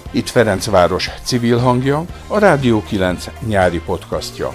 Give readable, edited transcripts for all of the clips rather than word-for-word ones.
Itt Ferencváros civil hangja, a Rádió 9 nyári podcastja.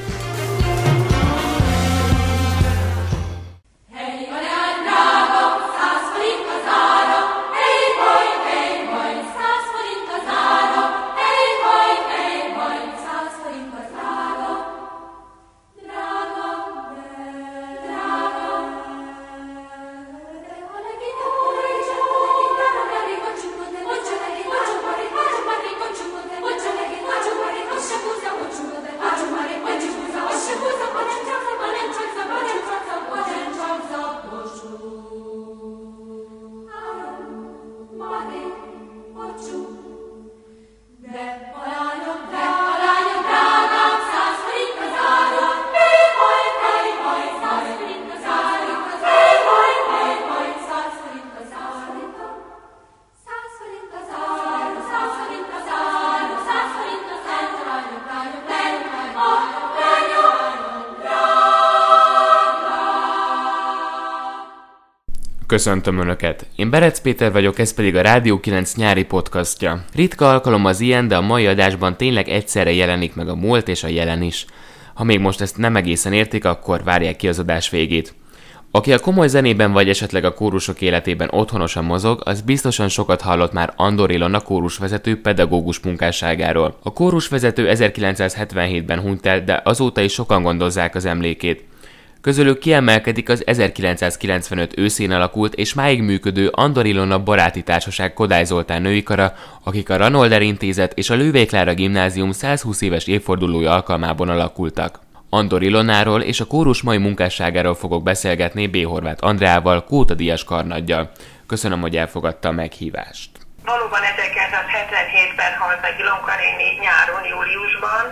Köszöntöm Önöket! Én Berec Péter vagyok, ez pedig a Rádió 9 nyári podcastja. Ritka alkalom az ilyen, de a mai adásban tényleg egyszerre jelenik meg a múlt és a jelen is. Ha még most ezt nem egészen értik, akkor várják ki az adás végét. Aki a komoly zenében vagy esetleg a kórusok életében otthonosan mozog, az biztosan sokat hallott már Andor Ilona kórusvezető pedagógus munkásságáról. A kórusvezető 1977-ben hunyt el, de azóta is sokan gondozzák az emlékét. Közülük kiemelkedik az 1995 őszén alakult és máig működő Andor Ilona Baráti Társaság Kodály Zoltán női kara, akik a Ranolder Intézet és a Lővély Klára Gimnázium 120 éves évfordulója alkalmából alakultak. Andor Ilonáról és a kórus mai munkásságáról fogok beszélgetni B. Horváth Andreával, Kóta díjas karnaggyal. Köszönöm, hogy elfogadta a meghívást. Valóban 1977-ben halt meg Ilonka néni nyáron, júliusban.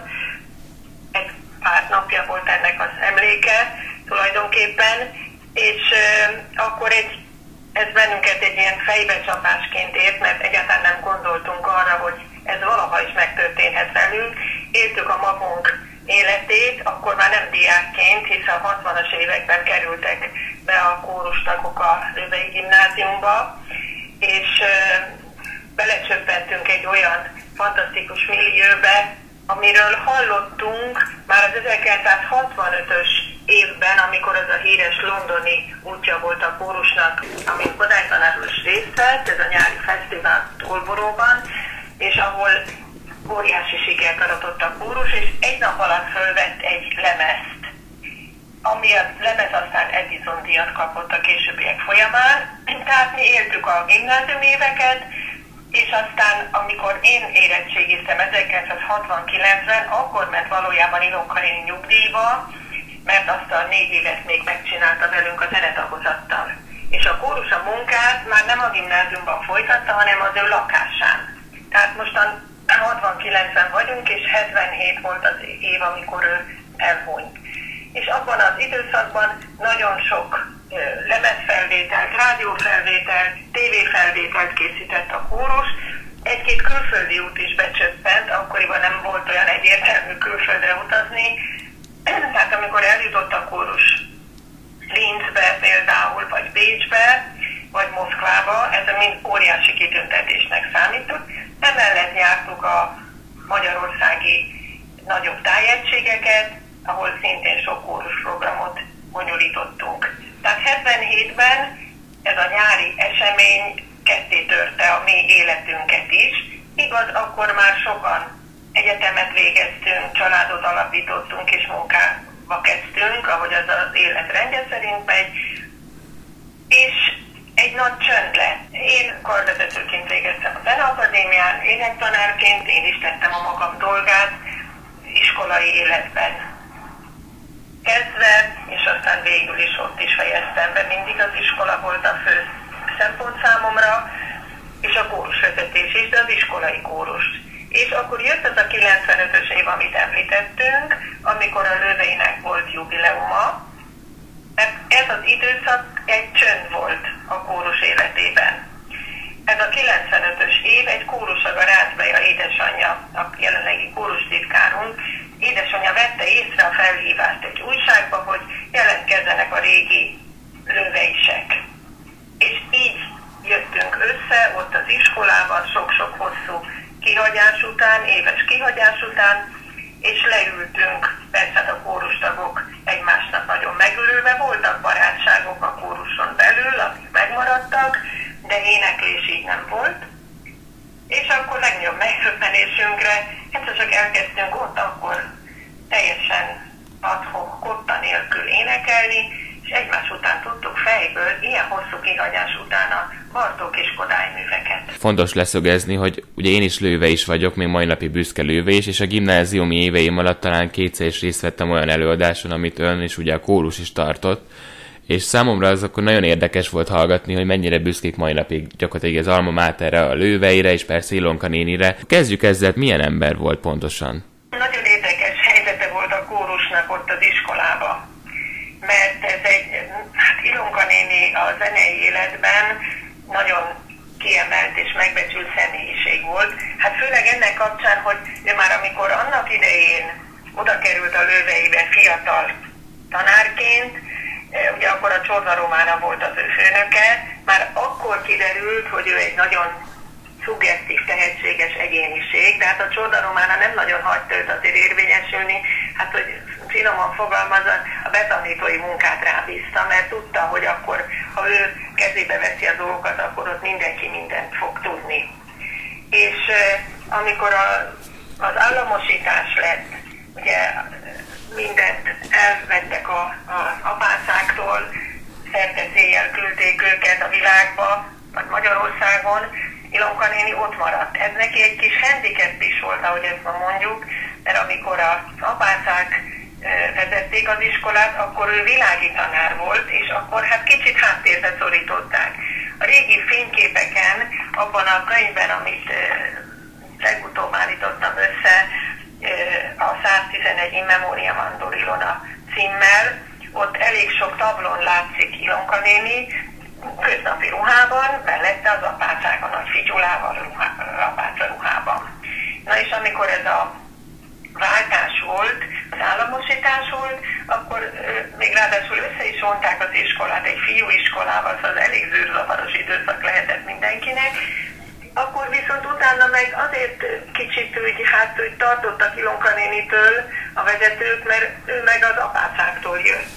Egy pár napja volt ennek az emléke tulajdonképpen, és akkor ez bennünket egy ilyen fejbecsapásként ért, mert egyáltalán nem gondoltunk arra, hogy ez valaha is megtörténhet velünk. Éltük a magunk életét, akkor már nem diákként, hiszen a 60-as években kerültek be a kórustagok a Lővei Gimnáziumba, és belecsöppentünk egy olyan fantasztikus millióbe, amiről hallottunk már az 1965-ös évben, amikor az a híres londoni útja volt a kórusnak, amin Kodály tanár is részt vett, ez a nyári fesztivál Tolboróban, és ahol óriási sikert aratott a kórus, és egy nap alatt fölvett egy lemezt, ami a lemez aztán Edison díjat kapott a későbbiek folyamán. Tehát mi éltük a gimnázium éveket, és aztán, amikor én érettségiztem 1969-ben, akkor ment valójában Ilonka néni nyugdíjba, mert azt a 4 évet még megcsinálta velünk a zenetagozattal. És a kórus a munkát már nem a gimnáziumban folytatta, hanem az ő lakásán. Tehát mostan 69-ben vagyunk, és 77 volt az év, amikor ő elhunyt. És abban az időszakban nagyon sok lemezfelvételt, rádiófelvételt, tévéfelvételt készített a kórus. Egy-két külföldi út is becsöppent, akkoriban nem volt olyan egyértelmű külföldre utazni. Tehát amikor eljutott a kórus Linzbe például, vagy Bécsbe, vagy Moszkvába, ez mind óriási kitüntetésnek számított. Emellett jártuk a magyarországi nagyobb tájegységeket, ahol szintén sok kórus programot bonyolítottunk. Tehát 77-ben ez a nyári esemény ketté törte a mi életünket is. Igaz, akkor már sokan egyetemet végeztünk, családot alapítottunk és munkába kezdtünk, ahogy az az élet rendje szerint megy. És egy nagy csönd lett. Én karvezetőként végeztem a Zeneakadémián, énektanárként, én is tettem a magam dolgát iskolai életben kezdve, és aztán végül is ott is fejeztem be. Mindig az iskola volt a fő szempont számomra, és a kórusvezetés is, de az iskolai kórus. És akkor jött az a 95-ös év, amit említettünk, amikor a Lőveinek volt jubileuma, mert ez az időszak egy csönd volt a kórus életében. Ez a 95-ös év egy kórusag, a Rácbeja édesanyja, a jelenlegi kórustitkárunk, édesanyja vette észre a felhívást egy újságba, hogy jelentkezzenek a régi lőveisek. És így jöttünk össze ott az iskolában, sok-sok hosszú kihagyás után, éves kihagyás után, és leültünk, persze a kórustagok egymásnak nagyon megülőve, voltak barátságok a kóruson belül, akik megmaradtak, de éneklés így nem volt. És akkor legnagyobb megdöbbenésünkre, egyszer csak elkezdtünk ott akkor teljesen adhok, kotta nélkül énekelni, és egymás után tudtuk fejből, ilyen hosszú kihagyás után a Bartók és Kodály műveket. Fontos leszögezni, hogy ugye én is lőve is vagyok, még mai napig büszke lőve is, és a gimnáziumi éveim alatt talán kétszer is részt vettem olyan előadáson, amit ön és ugye a kórus is tartott, és számomra az akkor nagyon érdekes volt hallgatni, hogy mennyire büszkék mai napig gyakorlatilag az alma materre, a lőveire, és persze Ilonka nénire. Kezdjük ezzel, milyen ember volt pontosan? Nagyon érdekes helyzete volt a kórusnak ott az iskolába, mert ez egy, Ilonka néni a zenei életben nagyon kiemelt és megbecsült személyiség volt. Hát főleg ennek kapcsán, hogy ő már amikor annak idején oda került a lőveibe fiatal tanárként, ugye akkor a Csorda Romána volt az ő főnöke, már akkor kiderült, hogy ő egy nagyon szuggesztív, tehetséges egyéniség, tehát a Csorda Romána nem nagyon hagyta őt azért érvényesülni, hát hogy finoman fogalmazva, a betanítói munkát rábízta, mert tudta, hogy akkor, ha ő kezébe veszi a dolgokat, akkor ott mindenki mindent fog tudni. És amikor az államosítás lett, ugye mindent elvettek az apácáktól, szerte széjjel küldték őket a világba, vagy Magyarországon, Ilonka néni ott maradt. Ez neki egy kis handicap is volt, ahogy ezt ma mondjuk, mert amikor az apácák vezették az iskolát, akkor ő világi tanár volt, és akkor hát kicsit háttérbe szorították. A régi fényképeken, abban a könyvben, amit legutóbb állítottam össze, a 111 In Memoriam Andor Ilona címmel, ott elég sok tablon látszik Ilonka néni, köznapi ruhában, mellette az apácák a nagy figyulával, apáca ruhában. Na és amikor ez a váltás volt, az államosítás volt, akkor még ráadásul össze is vonták az iskolát egy fiúiskolával, szóval az elég zűrzavaros időszak lehetett mindenkinek, akkor viszont utána meg azért kicsit úgy tartottak Ilonka nénitől a vezetők, mert ő meg az apácáktól jött.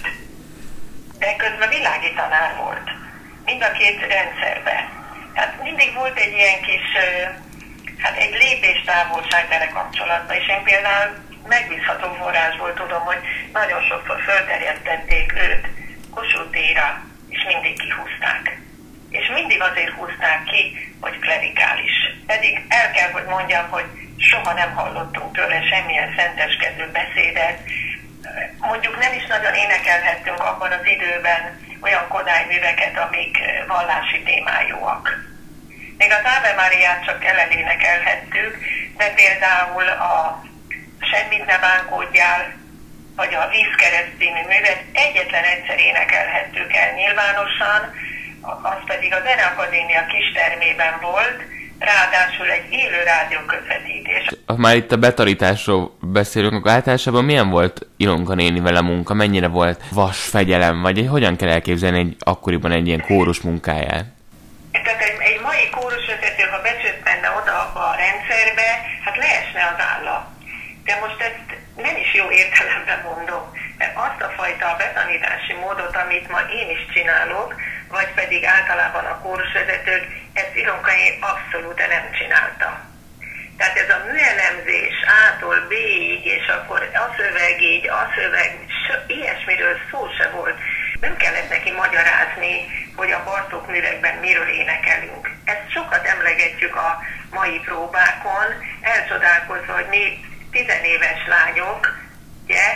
De közben világi tanár volt. Mind a két rendszerben. Tehát mindig volt egy ilyen kis, egy lépéstávolság vele kapcsolatban, és én például megbízható forrásból tudom, hogy nagyon sokszor fölterjesztették őt Kossuth díjra, és mindig kihúzták. És mindig azért húzták ki, hogy klerikális. Pedig el kell, hogy mondjam, hogy soha nem hallottunk tőle semmilyen szenteskedő beszédet. Mondjuk nem is nagyon énekelhettünk abban az időben olyan Kodály műveket, amik vallási témájúak. Még az Ave Mariát csak elénekelhettük, de például a Semmit ne bánkódjál, vagy a Vízkereszt című művet egyetlen egyszer énekelhettük el nyilvánosan, az pedig a Zeneakadémia kistermében volt, ráadásul egy élő rádióközvetítés. Már itt a betanításról beszélünk, akkor általában milyen volt Ilonka nénivel a munka? Mennyire volt vas fegyelem, vagy hogyan kell elképzelni akkoriban egy ilyen kórus munkáját? Tehát egy mai kórusvezető, ha becsöppenne oda abba a rendszerbe, hát leesne az álla. De most ezt nem is jó értelemben mondom, mert azt a fajta betanítási módot, amit ma én is csinálok, vagy pedig általában a kórusvezetők, ezt Ilonka abszolút nem csinálta. Tehát ez a műelemzés A-tól B-ig, és akkor a szöveg így, a szöveg, ilyesmiről szó se volt. Nem kellett neki magyarázni, hogy a Bartók művekben miről énekelünk. Ezt sokat emlegetjük a mai próbákon, elcsodálkozva, hogy mi 10 éves lányok, ugye,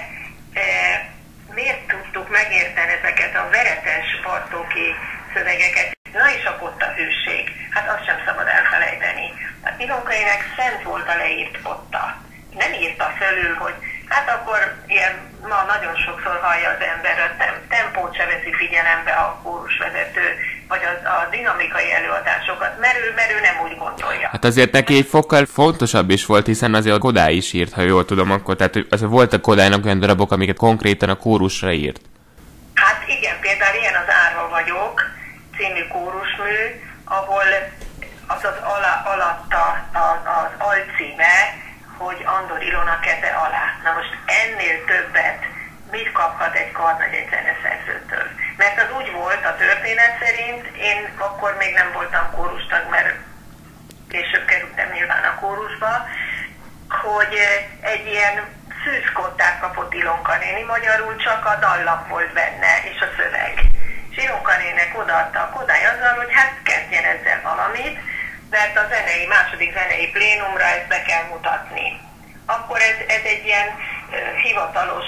miért tudtuk megérteni ezeket a veretes bartóki szövegeket. Na és a kotta hűség, hát azt sem szabad elfelejteni. Hát Ilonkainek szent volt a leírt kotta. Nem írta fölül, hogy hát akkor ilyen ma nagyon sokszor hallja az ember, a tempót se veszi figyelembe a kórusvezető, vagy a dinamikai előadásokat, mert ő nem úgy gondolja. Hát azért neki egy fokkal fontosabb is volt, hiszen azért a Kodály is írt, ha jól tudom, akkor tehát azért volt a Kodálynak olyan darabok, amiket konkrétan a kórusra írt. Hát igen, például ilyen az Árva vagyok című kórusmű, ahol az alatta az alcíme, hogy Andor Ilona keze alá. Na most ennél többet mit kaphat egy karnagy egy zeneszerzőtől? Mert az úgy volt a történet szerint, én akkor még nem voltam kórustag, mert később kerültem nyilván a kórusba, hogy egy ilyen szűzkottát kapott Ilonka néni, magyarul csak a dallam volt benne, és a szöveg. És Ilonka nének odaadta a kodály azzal, hogy hát kezdjen ezzel valamit, mert a második zenei plénumra ezt be kell mutatni. Akkor ez egy ilyen hivatalos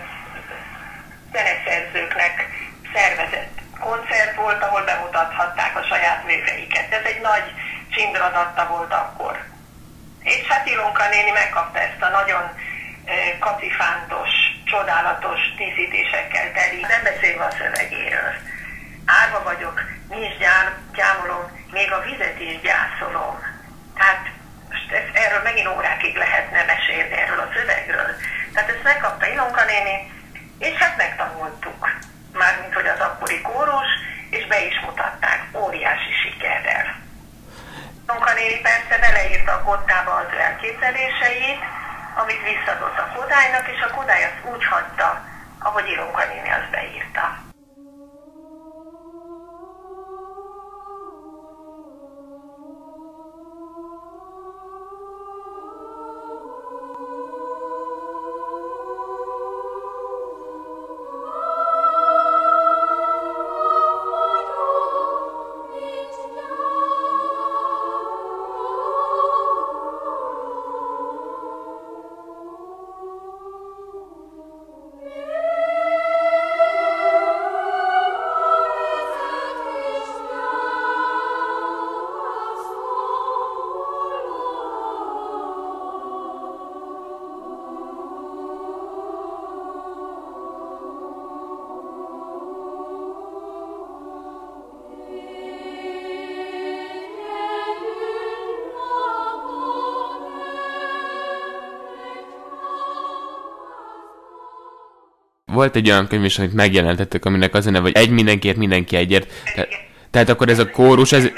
zeneszerzőknek szervezett koncert volt, ahol bemutathatták a saját műveiket. Ez egy nagy csindradatta volt akkor. És hát Ilonka néni megkapta ezt a nagyon kacifántos, csodálatos díszítésekkel teli, nem beszélve a szövegéről. Árva vagyok, mi is gyámolom, még a vizet is gyászolom. Tehát erről megint órákig lehetne mesélni, erről a szövegről. Tehát ezt megkapta Ilonka néni, és hát megtanultuk. Mármint, hogy az akkori kórus, és be is mutatták óriási sikerrel. Ilonka néni persze beleírta a kottába az ő elképzeléseit, amit visszadott a kodálynak, és a kodály azt úgy hagyta, ahogy Ilonka néni azt beírta. Volt egy olyan könyv is, amit megjelentettük, aminek az a neve, hogy egy mindenkiért, mindenki egyért. Tehát akkor ez a kórus, ez...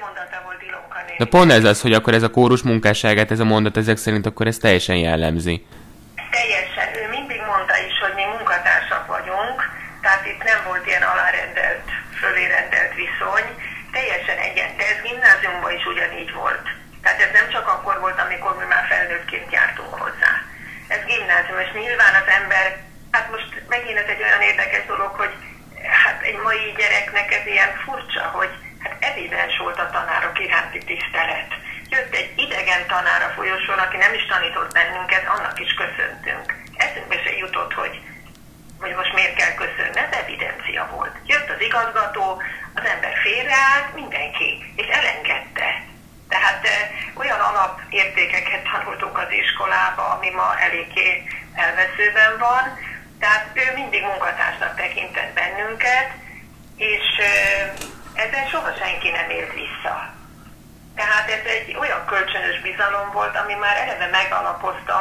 De pont ez az, hogy akkor ez a kórus munkásságát, ez a mondat ezek szerint akkor ez teljesen jellemzi. Teljesen. Ő mindig mondta is, hogy mi munkatársak vagyunk, tehát itt nem volt ilyen alárendelt, fölérendelt viszony. Teljesen egyenlő. Ez gimnáziumban is ugyanígy volt. Tehát ez nem csak akkor volt, amikor mi már felnőttként jártunk hozzá. Ez gimnázium, és nyilván az ember, hát most megint ez egy olyan érdekes dolog, hogy hát egy mai gyereknek ez ilyen furcsa, hogy hát evidens volt a tanárok iránti tisztelet. Jött egy idegen tanár a folyosón, aki nem is tanított bennünket, annak is köszöntünk. Eszünkbe se jutott, hogy most miért kell köszönni, ez evidencia volt. Jött az igazgató, az ember félreállt, mindenki, és elengedte. Tehát olyan alapértékeket tanultunk az iskolába, ami ma eléggé elveszőben van. Tehát ő mindig munkatársnak tekintett bennünket, és ezen soha senki nem élt vissza. Tehát ez egy olyan kölcsönös bizalom volt, ami már eleve megalapozta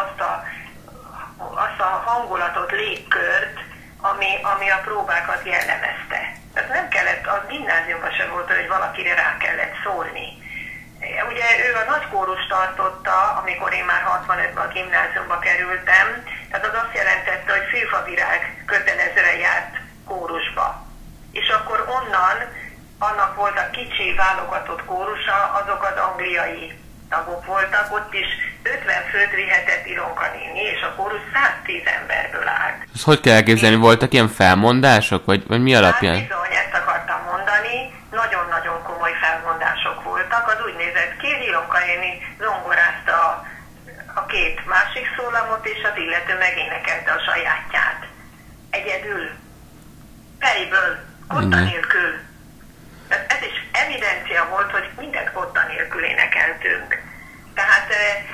azt a hangulatot, légkört, ami a próbákat jellemezte. Tehát nem kellett, a gimnáziumban sem volt, hogy valakire rá kellett szólni. Ugye ő a nagykórust tartotta, amikor én már 65-ben a gimnáziumba kerültem, tehát az azt jelentette, hogy fűfavirág kötelezően járt kórusba. És akkor onnan, annak volt a kicsi válogatott kórusa, azok az angliai tagok voltak, ott is 50 főt vihetett Ilonka néni, és a kórus 110 emberből állt. Ezt hogy kell elképzelni? Voltak ilyen felmondások, vagy mi alapján? Hát bizony, ezt akartam mondani, nagyon-nagyon komoly felmondások voltak, az úgy nézett ki, hogy Ilonka néni zongorázta a két másik szólamot, és az illető megénekelte a sajátját. Egyedül, fejből, kotta nélkül. Ez is evidencia volt, hogy mindent kotta nélkül énekeltünk. Tehát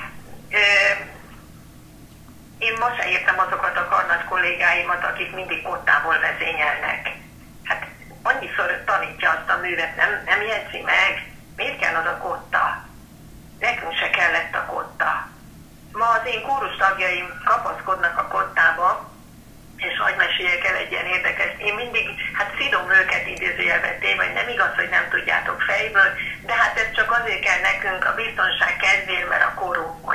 én ma se értem azokat a karnagy kollégáimat, akik mindig kottából vezényelnek. Hát annyiszor tanítja azt a művet, nem jegyzi meg. Miért kell az a kotta? Nekünk se kellett a kotta. Ma az én kórus tagjaim kapaszkodnak a kottába, és hadd meséljek el egy ilyen érdekes. Én mindig, hát szidom őket idézőjelbe téve, hogy nem igaz, hogy nem tudjátok fejből, de hát ez csak azért kell nekünk a biztonság kedvéért, mert a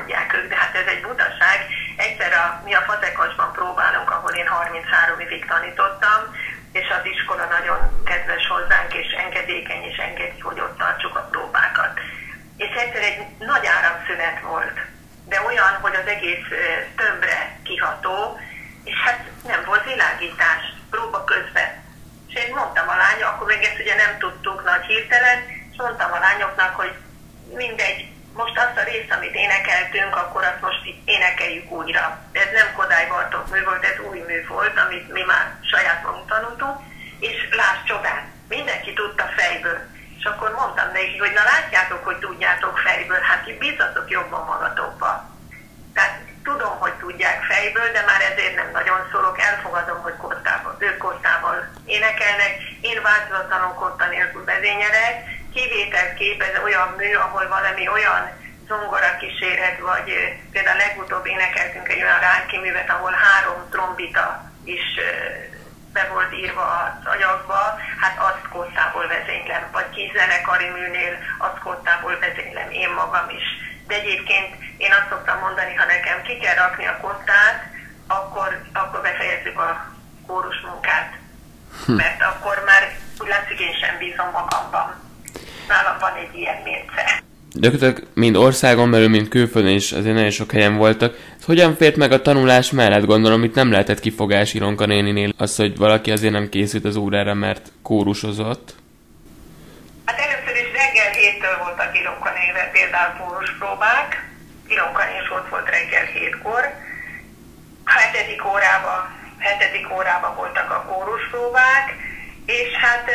az egész tömbre kiható, és hát nem volt világítás próba közben. És én mondtam a lányok, akkor még ezt ugye nem tudtuk nagy hirtelen, és mondtam a lányoknak, hogy mindegy, most azt a részt, amit énekeltünk, akkor azt most énekeljük újra. De ez nem Kodály Bartók mű volt, ez új mű volt, amit mi már saját magunk tanultunk, és láss csodán, mindenki tudta fejből. És akkor mondtam nekik, hogy na látjátok, hogy tudjátok fejből, hát bízzatok jobban magatokba. Tehát tudom, hogy tudják fejből, de már ezért nem nagyon szólok, elfogadom, hogy ők kottával énekelnek, én változatlanul kotta nélkül vezényelek, kivételt képez olyan mű, ahol valami olyan zongora kíséret, vagy például legutóbb énekeltünk egy olyan Ránki művet, ahol 3 trombita is be volt írva az anyagba, hát azt kottából vezénylem, vagy kis-zenekari műnél azt kottából vezénylem én magam is. De egyébként én azt szoktam mondani, ha nekem ki kell rakni a kottát, akkor befejezzük a kórus munkát. Mert akkor már úgy látszik, én sem bízom magamban. Nálam van egy ilyen mérce. Gyakorlatilag mind országon belül, mind külföldön is azért nagyon sok helyen voltak. Hogyan fért meg a tanulás mellett? Gondolom, itt nem lehetett kifogás Ilonka néninél az, hogy valaki azért nem készült az órára, mert kórusozott. Hát először is reggel 7-től voltak Ilonka nénivel például kóruspróbák. Ilonka néni is ott volt reggel 7-kor. 7. órában voltak a kóruspróbák, és hát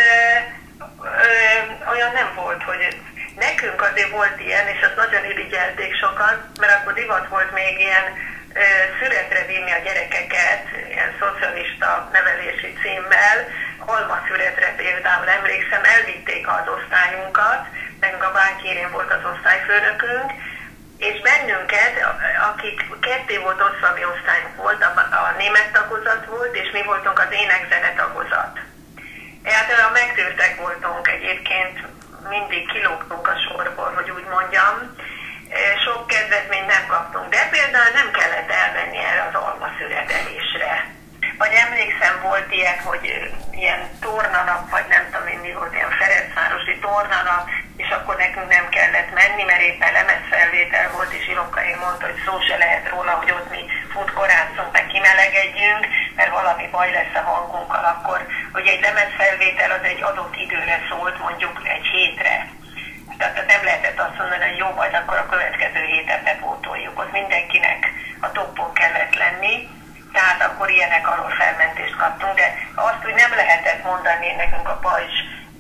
olyan nem volt, hogy nekünk azért volt ilyen, és azt nagyon irigyelték sokan, mert akkor divat volt még ilyen szüretre vinni a gyerekeket, ilyen szocialista nevelési címmel, almaszüretre például emlékszem, elvitték az osztályunkat, nekünk a Bánkérén volt az osztályfőnökünk, és bennünket, akik ketté volt osztva, mi osztályunk volt, a német tagozat volt, és mi voltunk az ének-zene tagozat. Hát megtűrtek voltunk egyébként, mindig kilógtunk a sorból, hogy úgy mondjam. Sok kedvezményt nem kaptunk, de például nem kellett elmenni erre az almaszüretelésre. Vagy emlékszem, volt ilyen, hogy ilyen tornanap, vagy nem tudom mi volt, ilyen Ferencvárosi tornanap, és akkor nekünk nem kellett menni, mert éppen lemezfelvétel volt, és Ilonka mondta, hogy szó se lehet róla, hogy ott mi futkorászunk, meg kimelegedjünk, mert valami baj lesz a hangunkkal, akkor, hogy egy lemezfelvétel az egy adott időre szólt, mondjuk egy hétre. Tehát nem lehetett azt mondani, hogy jó, majd akkor a következő héten bepótoljuk. Ott mindenkinek a toppon kellett lenni, tehát akkor ilyenek alól felmentést kaptunk, de azt úgy nem lehetett mondani, nekünk a pajzs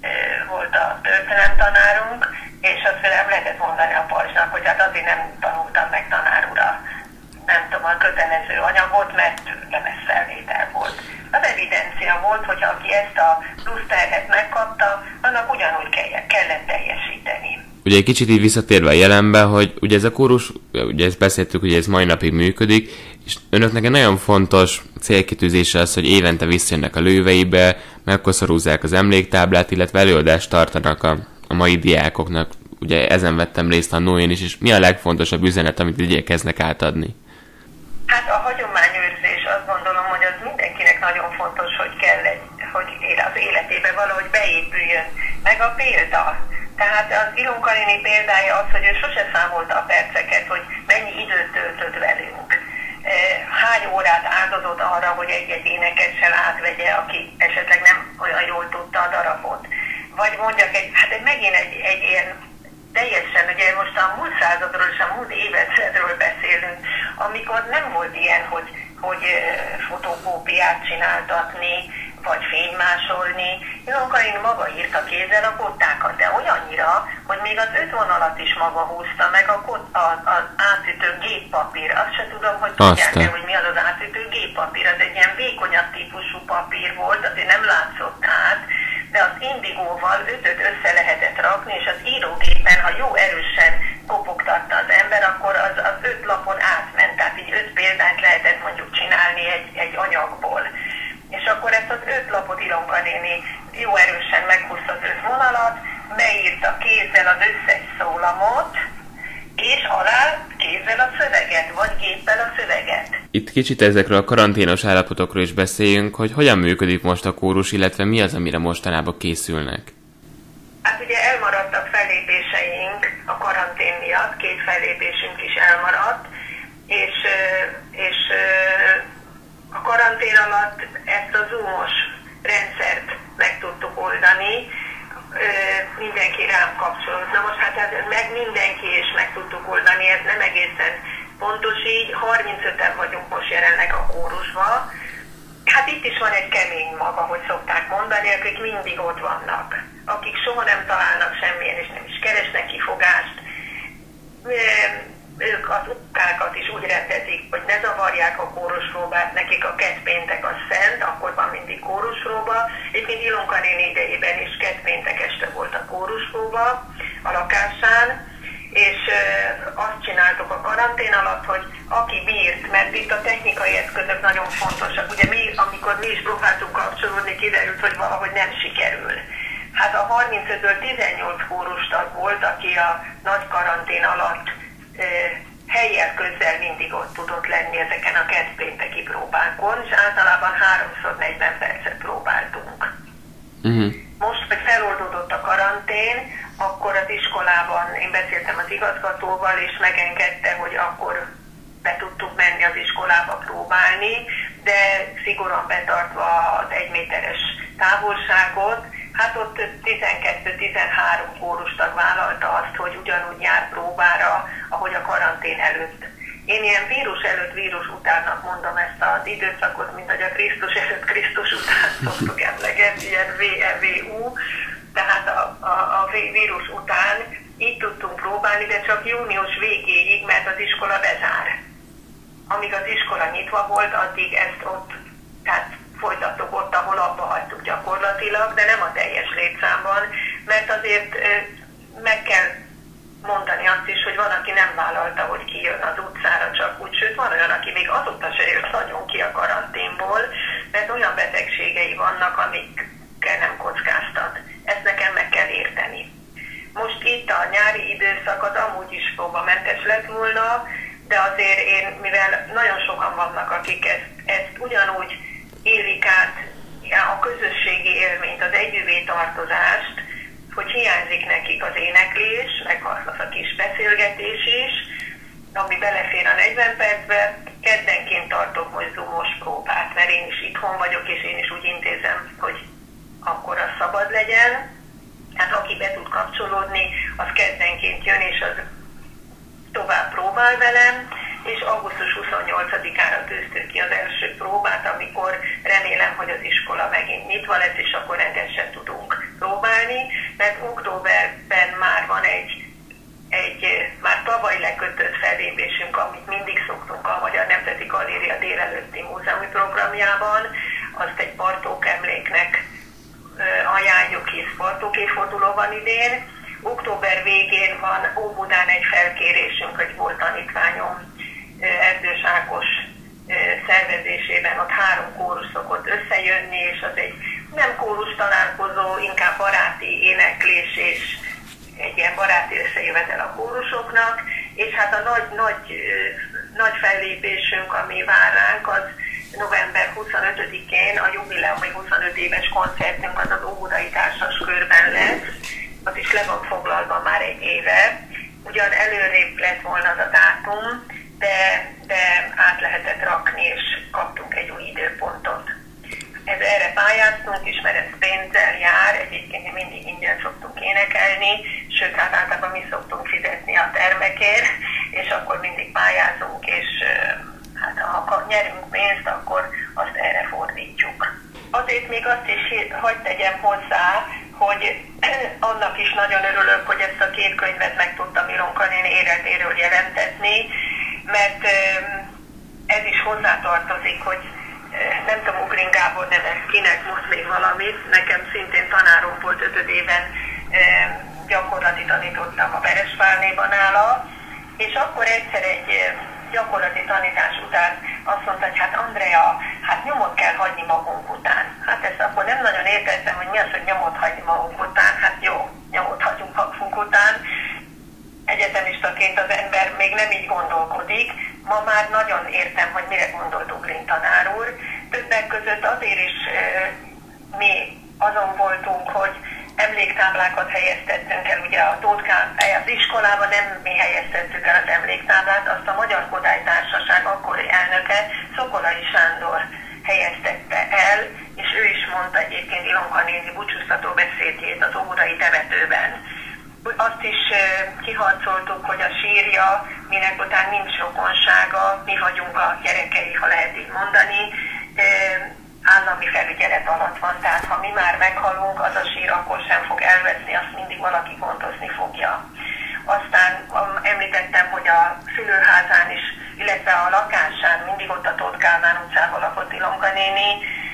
volt a történelemtanárunk, és azt nem lehetett mondani a pajzsnak, hogy hát azért nem tanultam meg tanár ura, nem tudom, a kötelező anyagot, mert lemezfelvétel volt. Az evidencia volt, hogy aki ezt a plusz terhet megkapta, annak ugyanúgy kellett teljesíteni. Ugye egy kicsit így visszatérve a jelenbe, hogy ugye ez a kórus, ugye ezt beszéltük, hogy ez mai napig működik, és önöknek egy nagyon fontos célkitűzése az, hogy évente visszajönnek a Lőveibe, megkoszorúzzák az emléktáblát, illetve előadást tartanak a mai diákoknak. Ugye ezen vettem részt annó én is, és mi a legfontosabb üzenet, amit igyekeznek átadni? Hát a hagyományőrzés, azt gondolom, hogy az mindenkinek nagyon fontos, hogy hogy az életébe valahogy beépüljön. Meg a példa. Tehát az Ilonka néni példája az, hogy ő sose számolta a perceket, hogy mennyi időt töltött velünk. Hány órát áldozott arra, hogy egy-egy énekessel átvegye, aki esetleg nem olyan jól tudta a darabot. Vagy mondjak, megint egy ilyen teljesen, ugye most a múlt századról és a múlt évezredről beszélünk, amikor nem volt ilyen, hogy fotokópiát csináltatni, vagy fénymásolni. Ilonka néni maga írta kézzel a kottákat, de olyannyira, hogy még az 5 vonalat is maga húzta, meg az átütő géppapír. Azt se tudom, hogy tudják-e, hogy mi az az átütő géppapír. Az egy ilyen vékonyabb típusú papír volt, azért nem látszott át, de az indigóval 5-öt össze lehetett rakni, és az írógépen, ha jó erősen kopogtatta az ember, akkor az 5 lapon átment, tehát így 5 példát lehetett mondjuk csinálni egy anyagból. És akkor ezt az 5 lapot Ilonka néni jó erősen meghúzta az 5 vonalat, beírta kézzel az összes szólamot, és alá kézzel a szöveget, vagy géppel a szöveget. Itt kicsit ezekről a karanténos állapotokról is beszéljünk, hogy hogyan működik most a kórus, illetve mi az, amire mostanában készülnek? Hát ugye elmaradtak fellépéseink a karantén miatt, 2 fellépésünk is elmaradt, és a karantén alatt ezt a zoomos rendszert meg tudtuk oldani, mindenki rám kapcsolódott. Na most hát ez meg mindenki és meg tudtuk oldani, ez nem egészen pontos így, 35-en vagyunk most jelenleg a kórusba. Hát itt is van egy kemény maga, hogy szokták mondani, akik mindig ott vannak, akik soha nem találnak semmilyen és nem is keresnek kifogást. Ők az ukákat is úgy rendezik, hogy ne zavarják a kóruspróbát, nekik a kettpéntek az szent, akkor van mindig kóruspróba. Egyébként Ilonka néni idejében is kettpéntek este volt a kóruspróba a lakásán, és azt csináltuk a karantén alatt, hogy aki bírt, mert itt a technikai eszközök nagyon fontosak. Ugye amikor mi is próbáltunk kapcsolódni, kiderült, hogy valahogy nem sikerül. Hát a 35-ből 18 kórustag volt, aki a nagy karantén alatt helyjel közzel mindig ott tudott lenni ezeken a kettpénteki próbákon, és általában 3x40 percet próbáltunk. Most, hogy feloldódott a karantén, akkor az iskolában én beszéltem az igazgatóval, és megengedte, hogy akkor be tudtuk menni az iskolába próbálni, de szigorúan betartva az 1 méteres távolságot. Hát ott 12-13 kórustag vállalta azt, hogy ugyanúgy jár próbára, ahogy a karantén előtt. Én ilyen vírus előtt, vírus utánnak mondom ezt az időszakot, mint hogy a Krisztus előtt, Krisztus után szoktuk emlegetni, ilyen VEVU, tehát a vírus után így tudtunk próbálni, de csak június végéig, mert az iskola bezár. Amíg az iskola nyitva volt, addig ezt ott, tehát folytattuk ott, ahol abba hagytuk gyakorlatilag, de nem a teljes létszámban, mert azért meg kell mondani azt is, hogy van, aki nem vállalta, hogy kijön az utcára csak úgy, sőt van olyan, aki még azóta se jött nagyon ki a karanténból, mert olyan betegségei vannak, amikkel nem kockáztat. Ezt nekem meg kell érteni. Most itt a nyári időszak az amúgy is próbamentes lett volna, de azért én, mivel nagyon sokan vannak, akik ezt ugyanúgy élik át, a közösségi élményt, az együvé tartozást, hogy hiányzik nekik az éneklés, meg az a kis beszélgetés is, ami belefér a 40 percbe. Keddenként tartok most zoomos próbát, mert én is itthon vagyok, és én is úgy intézem, hogy akkor az szabad legyen. Hát aki be tud kapcsolódni, az keddenként jön, és az tovább próbál velem, és augusztus 28-ára tűztük ki az első próbát, amikor remélem, hogy az iskola megint nyitva lesz, és akkor rendesen tudunk próbálni, mert októberben már van egy már tavaly lekötött fellépésünk, amit mindig szoktunk a Magyar Nemzeti Galéria délelőtti múzeumi programjában, azt egy Bartók emléknek ajánljuk, hisz Bartók évforduló van idén. Október végén van Óbudán egy felkérésünk, hogy volt tanítványom Erdős Ákos szervezésében, ott 3 kórus szokott összejönni, és az egy nem kórus találkozó, inkább baráti éneklés és egy ilyen baráti összejövetel a kórusoknak, és hát a nagy fellépésünk, ami vár ránk, az november 25-én a jubileumi 25 éves koncertünk, az az Óbudai Társas Körben lesz, az is le van foglalva már egy éve, ugyan előrébb lett volna az a dátum, de át lehetett rakni, és kaptunk egy új időpontot. Erre pályáztunk is, mert ez pénzzel jár, egyébként mi mindig ingyen szoktunk énekelni, sőt, hát általában mi szoktunk fizetni a termekért, és akkor mindig pályázunk, és hát ha nyerünk pénzt, akkor azt erre fordítjuk. Azért még azt is hadd tegyem hozzá, hogy annak is nagyon örülök, hogy ezt a 2 könyvet meg tudtam Ilonka néni életéről jelentetni, mert ez is hozzátartozik, hogy nem tudom, Ugrin Gábor nevez kinek most még valamit, nekem szintén tanárom volt 5 éven, gyakorlati tanítottam a Veresvárnéban nála, és akkor egyszer egy gyakorlati tanítás után azt mondta, hogy hát Andrea, hát nyomot kell hagyni magunk után. Hát ezt akkor nem nagyon értettem, hogy mi az, hogy nyomot hagyni magunk után. Hát jó, nyomot hagyunk magunk után. Egyetemistaként az ember még nem így gondolkodik. Ma már nagyon értem, hogy mire gondolt Ugrin tanár úr. Többek között azért is mi azon voltunk, hogy emléktáblákat helyeztettünk el, ugye a Tótkán, az iskolában nem mi helyeztettük el az emléktáblát, azt a Magyar Kodály Társaság időben. Azt is kiharcoltuk, hogy a sírja, minek után nincs rokonsága, mi vagyunk a gyerekei, ha lehet így mondani, állami felügyelet alatt van, tehát ha mi már meghalunk, az a sír akkor sem fog elveszni, azt mindig valaki gondozni fogja. Aztán említettem, hogy a szülőházán is, illetve a lakásán, mindig ott a Tóth Kálmán utcában lakott Ilonka néni,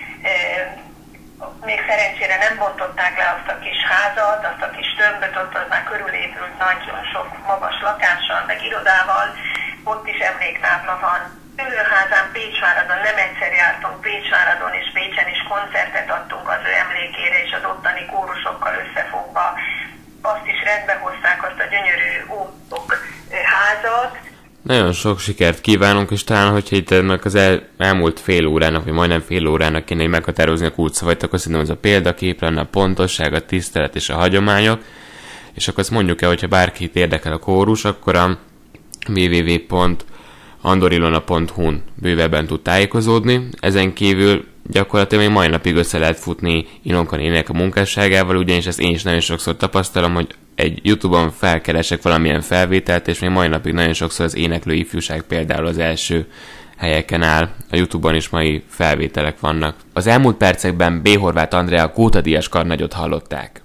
még szerencsére nem bontották le azt a kis házat, azt a kis tömböt, ott az már körülépült nagyon sok magas lakással, meg irodával, ott is emléktábla van. Szülőházán Pécsváradon, nem egyszer jártunk Pécsváradon, és Pécsen is koncertet adtunk az ő emlékére, és az ottani kórusokkal összefogva. Azt is rendbe hozták, azt a gyönyörű óvok házat. Nagyon sok sikert kívánunk, és talán, hogyha itt ennek az elmúlt fél órának, vagy majdnem fél órának kéne meghatározni a kulcsszavait, akkor szerintem ez a példakép lenne, a pontosság, a tisztelet és a hagyományok. És akkor azt mondjuk el, hogyha bárkit érdekel a kórus, akkor a www.andorilona.hu-n bővebben tud tájékozódni. Ezen kívül gyakorlatilag még mai napig össze lehet futni Ilonka néninek a munkásságával, ugyanis ezt én is nagyon sokszor tapasztalom, hogy egy YouTube-on felkeresek valamilyen felvételt, és még mai napig nagyon sokszor az éneklő ifjúság például az első helyeken áll. A YouTube-on is mai felvételek vannak. Az elmúlt percekben B. Horváth Andrea Kóta Díjas karnagyot hallották.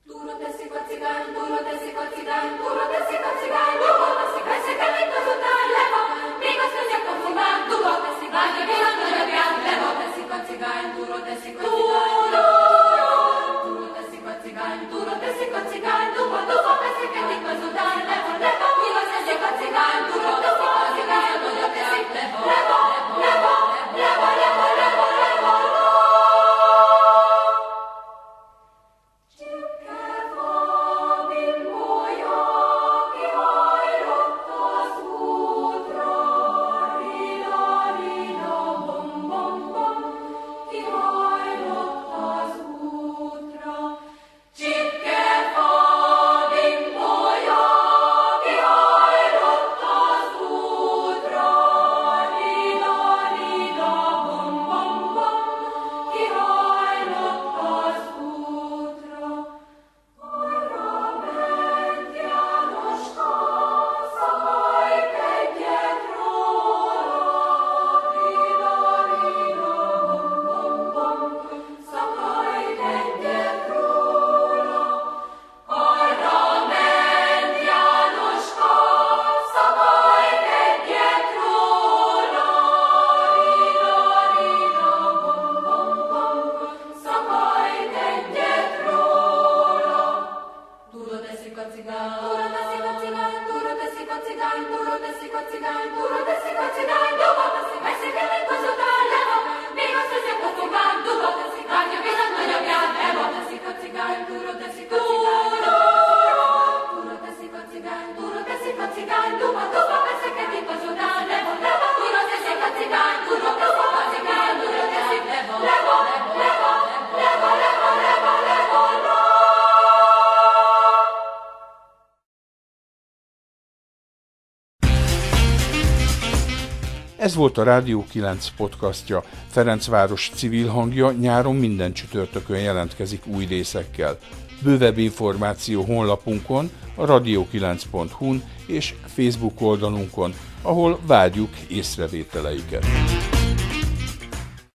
Ez volt a Rádió 9 podcastja. Ferencváros civil hangja nyáron minden csütörtökön jelentkezik új részekkel. Bővebb információ honlapunkon, a radio9.hu-n és Facebook oldalunkon, ahol várjuk észrevételeiket.